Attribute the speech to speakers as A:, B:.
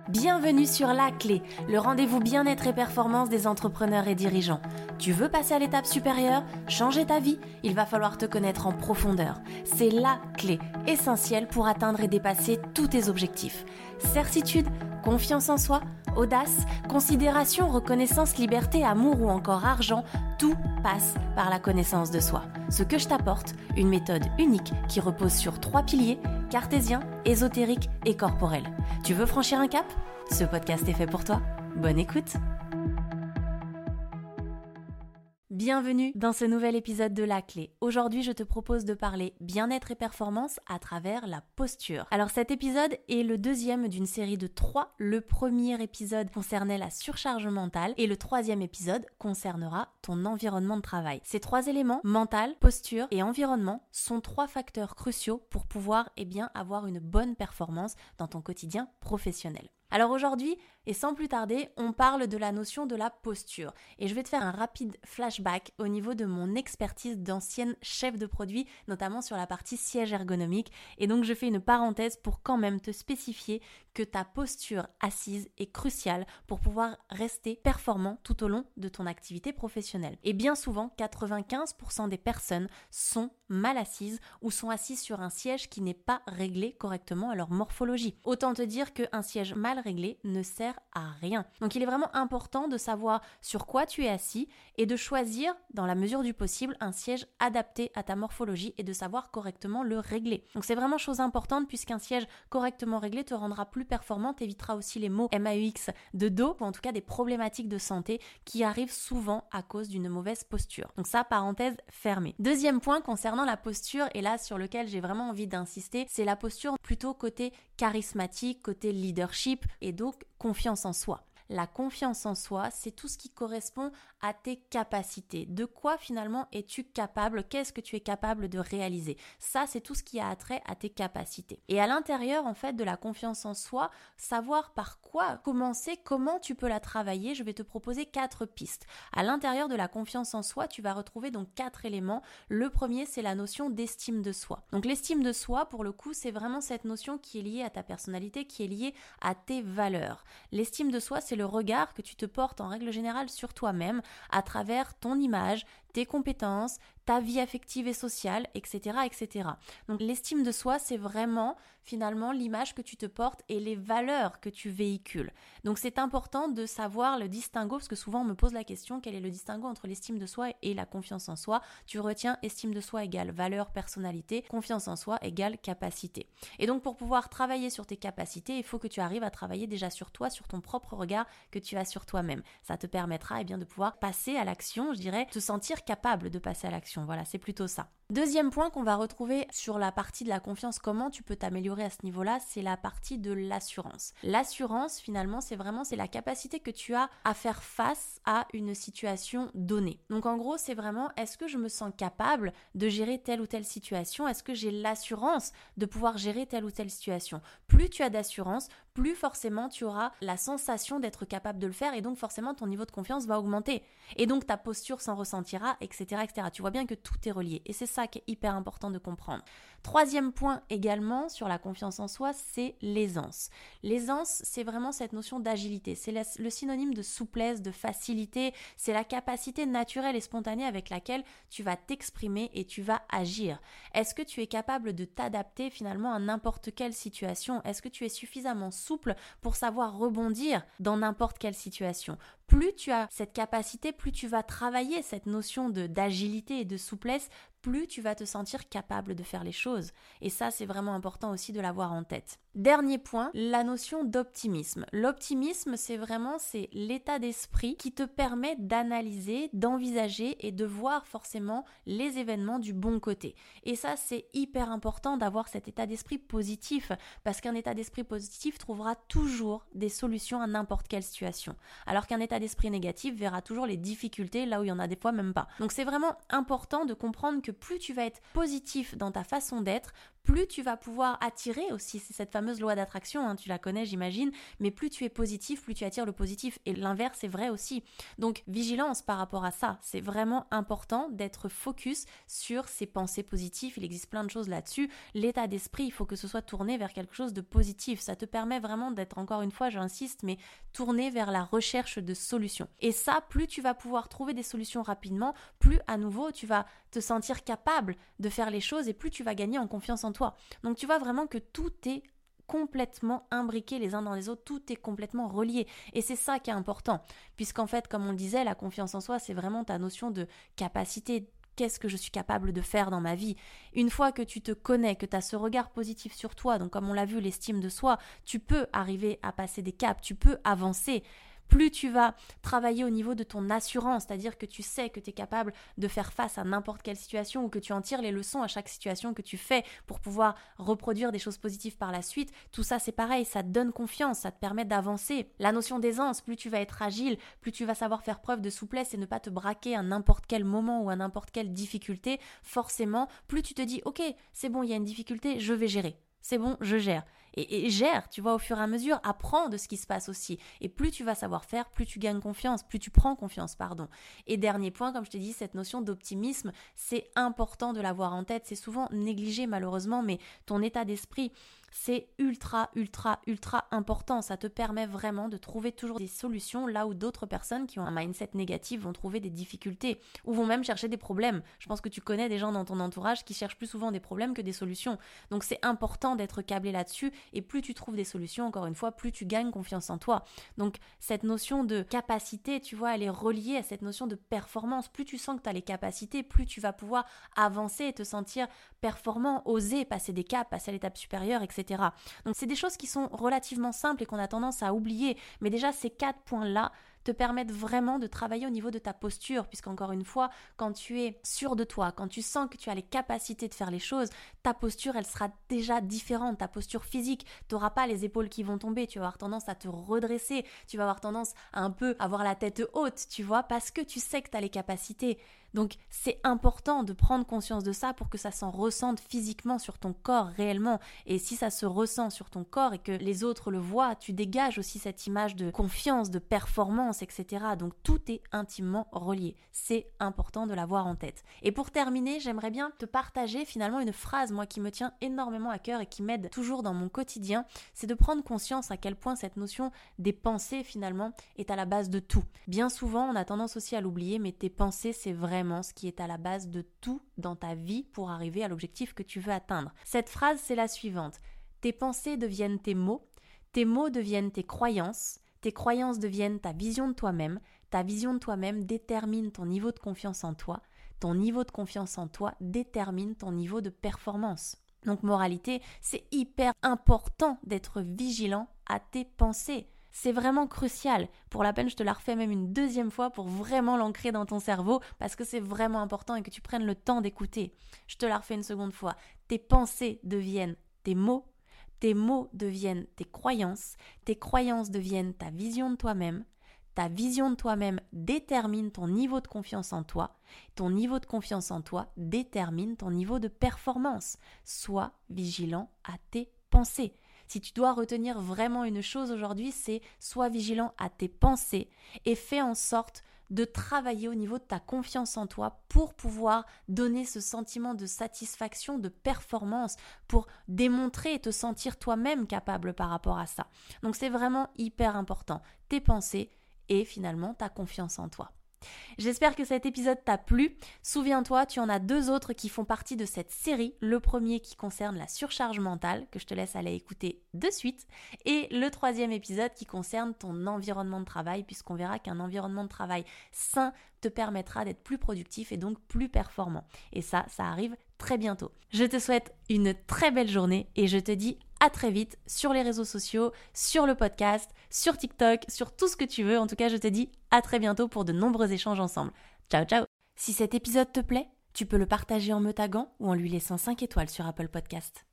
A: Bienvenue sur La Clé, le rendez-vous bien-être et performance des entrepreneurs et dirigeants. Tu veux passer à l'étape supérieure, changer ta vie? Il va falloir te connaître en profondeur. C'est la clé essentielle pour atteindre et dépasser tous tes objectifs. Certitude, confiance en soi, audace, considération, reconnaissance, liberté, amour ou encore argent, tout passe par la connaissance de soi. Ce que je t'apporte, une méthode unique qui repose sur 3 piliers, cartésien, ésotérique et corporel. Tu veux franchir un cap? Ce podcast est fait pour toi. Bonne écoute! Bienvenue dans ce nouvel épisode de La Clé. Aujourd'hui, je te propose de parler bien-être et performance à travers la posture. Alors cet épisode est le deuxième d'une série de 3. Le premier épisode concernait la surcharge mentale et le troisième épisode concernera ton environnement de travail. Ces 3 éléments, mental, posture et environnement, sont 3 facteurs cruciaux pour pouvoir avoir une bonne performance dans ton quotidien professionnel. Alors aujourd'hui, et sans plus tarder, on parle de la notion de la posture. Et je vais te faire un rapide flashback au niveau de mon expertise d'ancienne chef de produit, notamment sur la partie siège ergonomique. Et donc je fais une parenthèse pour quand même te spécifier que ta posture assise est cruciale pour pouvoir rester performant tout au long de ton activité professionnelle. Et bien souvent, 95% des personnes sont mal assises ou sont assises sur un siège qui n'est pas réglé correctement à leur morphologie. Autant te dire qu'un siège mal réglé ne sert à rien. Donc il est vraiment important de savoir sur quoi tu es assis et de choisir, dans la mesure du possible, un siège adapté à ta morphologie et de savoir correctement le régler. Donc c'est vraiment chose importante puisqu'un siège correctement réglé te rendra plus performant, t'évitera aussi les maux MAUX de dos ou en tout cas des problématiques de santé qui arrivent souvent à cause d'une mauvaise posture. Donc ça, parenthèse fermée. Deuxième point concernant la posture, et là sur lequel j'ai vraiment envie d'insister, c'est la posture plutôt côté charismatique, côté leadership et donc confiance en soi. La confiance en soi, c'est tout ce qui correspond à tes capacités. De quoi finalement es-tu capable? Qu'est-ce que tu es capable de réaliser? Ça, c'est tout ce qui a attrait à tes capacités. Et à l'intérieur, en fait, de la confiance en soi, savoir par quoi commencer, comment tu peux la travailler, je vais te proposer 4 pistes. À l'intérieur de la confiance en soi, tu vas retrouver donc 4 éléments. Le premier, c'est la notion d'estime de soi. Donc l'estime de soi, pour le coup, c'est vraiment cette notion qui est liée à ta personnalité, qui est liée à tes valeurs. L'estime de soi, c'est le regard que tu te portes en règle générale sur toi-même à travers ton image, tes compétences, ta vie affective et sociale, etc., etc. Donc l'estime de soi, c'est vraiment finalement l'image que tu te portes et les valeurs que tu véhicules. Donc c'est important de savoir le distinguo, parce que souvent on me pose la question, quel est le distinguo entre l'estime de soi et la confiance en soi? Tu retiens estime de soi égale valeur, personnalité, confiance en soi égale capacité. Et donc pour pouvoir travailler sur tes capacités, il faut que tu arrives à travailler déjà sur toi, sur ton propre regard que tu as sur toi-même. Ça te permettra de pouvoir passer à l'action, je dirais, te sentir capable de passer à l'action. Voilà, c'est plutôt ça. Deuxième point qu'on va retrouver sur la partie de la confiance, comment tu peux t'améliorer à ce niveau-là, c'est la partie de l'assurance. L'assurance, finalement, c'est la capacité que tu as à faire face à une situation donnée. Donc en gros, c'est vraiment, est-ce que je me sens capable de gérer telle ou telle situation? Est-ce que j'ai l'assurance de pouvoir gérer telle ou telle situation? Plus tu as d'assurance, plus forcément tu auras la sensation d'être capable de le faire et donc forcément ton niveau de confiance va augmenter. Et donc ta posture s'en ressentira, etc., etc. Tu vois bien que tout est relié et c'est ça qui est hyper important de comprendre. Troisième point également sur la confiance en soi, c'est l'aisance. L'aisance, c'est vraiment cette notion d'agilité. C'est le synonyme de souplesse, de facilité. C'est la capacité naturelle et spontanée avec laquelle tu vas t'exprimer et tu vas agir. Est-ce que tu es capable de t'adapter finalement à n'importe quelle situation? Est-ce que tu es suffisamment souple pour savoir rebondir dans n'importe quelle situation? Plus tu as cette capacité, plus tu vas travailler cette notion d'agilité et de souplesse, plus tu vas te sentir capable de faire les choses. Et ça, c'est vraiment important aussi de l'avoir en tête. Dernier point, la notion d'optimisme. L'optimisme, c'est l'état d'esprit qui te permet d'analyser, d'envisager et de voir forcément les événements du bon côté. Et ça, c'est hyper important d'avoir cet état d'esprit positif parce qu'un état d'esprit positif trouvera toujours des solutions à n'importe quelle situation. Alors qu'un état d'esprit négatif verra toujours les difficultés là où il y en a des fois même pas. Donc c'est vraiment important de comprendre que plus tu vas être positif dans ta façon d'être, plus tu vas pouvoir attirer aussi. C'est cette fameuse loi d'attraction, hein, tu la connais j'imagine, mais plus tu es positif, plus tu attires le positif. Et l'inverse est vrai aussi. Donc vigilance par rapport à ça. C'est vraiment important d'être focus sur ses pensées positives. Il existe plein de choses là-dessus. L'état d'esprit, il faut que ce soit tourné vers quelque chose de positif. Ça te permet vraiment d'être, encore une fois, j'insiste, mais tourné vers la recherche de solutions. Et ça, plus tu vas pouvoir trouver des solutions rapidement, plus à nouveau tu vas te sentir capable de faire les choses et plus tu vas gagner en confiance en toi. Donc tu vois vraiment que tout est complètement imbriqués les uns dans les autres, tout est complètement relié. Et c'est ça qui est important, puisqu'en fait, comme on le disait, la confiance en soi, c'est vraiment ta notion de capacité. Qu'est-ce que je suis capable de faire dans ma vie? Une fois que tu te connais, que tu as ce regard positif sur toi, donc comme on l'a vu, l'estime de soi, tu peux arriver à passer des caps, tu peux avancer. Plus tu vas travailler au niveau de ton assurance, c'est-à-dire que tu sais que tu es capable de faire face à n'importe quelle situation ou que tu en tires les leçons à chaque situation que tu fais pour pouvoir reproduire des choses positives par la suite, tout ça c'est pareil, ça te donne confiance, ça te permet d'avancer. La notion d'aisance, plus tu vas être agile, plus tu vas savoir faire preuve de souplesse et ne pas te braquer à n'importe quel moment ou à n'importe quelle difficulté, forcément, plus tu te dis « Ok, c'est bon, il y a une difficulté, je vais gérer. » C'est bon, je gère. Et gère, tu vois, au fur et à mesure, apprends de ce qui se passe aussi. Et plus tu vas savoir faire, plus tu gagnes confiance, plus tu prends confiance, pardon. Et dernier point, comme je t'ai dit, cette notion d'optimisme, c'est important de l'avoir en tête. C'est souvent négligé malheureusement, mais ton état d'esprit, c'est ultra important. Ça te permet vraiment de trouver toujours des solutions là où d'autres personnes qui ont un mindset négatif vont trouver des difficultés ou vont même chercher des problèmes. Je pense que tu connais des gens dans ton entourage qui cherchent plus souvent des problèmes que des solutions. Donc c'est important d'être câblé là-dessus et plus tu trouves des solutions, encore une fois, plus tu gagnes confiance en toi. Donc cette notion de capacité, tu vois, elle est reliée à cette notion de performance. Plus tu sens que tu as les capacités, plus tu vas pouvoir avancer et te sentir performant, oser passer des caps, passer à l'étape supérieure, etc. Donc c'est des choses qui sont relativement simples et qu'on a tendance à oublier, mais déjà ces 4 points-là te permettent vraiment de travailler au niveau de ta posture, puisqu'encore une fois, quand tu es sûr de toi, quand tu sens que tu as les capacités de faire les choses, ta posture, elle sera déjà différente, ta posture physique, tu n'auras pas les épaules qui vont tomber, tu vas avoir tendance à te redresser, tu vas avoir tendance à un peu avoir la tête haute, tu vois, parce que tu sais que tu as les capacités. Donc c'est important de prendre conscience de ça pour que ça s'en ressente physiquement sur ton corps réellement. Et si ça se ressent sur ton corps et que les autres le voient, tu dégages aussi cette image de confiance, de performance, etc. Donc tout est intimement relié. C'est important de l'avoir en tête. Et pour terminer, j'aimerais bien te partager finalement une phrase, moi, qui me tient énormément à cœur et qui m'aide toujours dans mon quotidien. C'est de prendre conscience à quel point cette notion des pensées finalement est à la base de tout. Bien souvent, on a tendance aussi à l'oublier, mais tes pensées, c'est vraiment ce qui est à la base de tout dans ta vie pour arriver à l'objectif que tu veux atteindre. Cette phrase, c'est la suivante. Tes pensées deviennent tes mots deviennent tes croyances deviennent ta vision de toi-même détermine ton niveau de confiance en toi détermine ton niveau de performance. Donc moralité, c'est hyper important d'être vigilant à tes pensées. C'est vraiment crucial. Pour la peine, je te la refais même une deuxième fois pour vraiment l'ancrer dans ton cerveau parce que c'est vraiment important et que tu prennes le temps d'écouter. Je te la refais une seconde fois. Tes pensées deviennent tes mots deviennent tes croyances deviennent ta vision de toi-même détermine ton niveau de confiance en toi détermine ton niveau de performance. Sois vigilant à tes pensées. Si tu dois retenir vraiment une chose aujourd'hui, c'est sois vigilant à tes pensées et fais en sorte de travailler au niveau de ta confiance en toi pour pouvoir donner ce sentiment de satisfaction, de performance, pour démontrer et te sentir toi-même capable par rapport à ça. Donc c'est vraiment hyper important, tes pensées et finalement ta confiance en toi. J'espère que cet épisode t'a plu. Souviens-toi, tu en as 2 autres qui font partie de cette série. Le premier qui concerne la surcharge mentale, que je te laisse aller écouter de suite. Et le 3e épisode qui concerne ton environnement de travail, puisqu'on verra qu'un environnement de travail sain te permettra d'être plus productif et donc plus performant. Et ça arrive très bientôt. Je te souhaite une très belle journée et je te dis à très vite sur les réseaux sociaux, sur le podcast, sur TikTok, sur tout ce que tu veux. En tout cas, je te dis à très bientôt pour de nombreux échanges ensemble. Ciao, ciao! Si cet épisode te plaît, tu peux le partager en me taguant ou en lui laissant 5 étoiles sur Apple Podcast.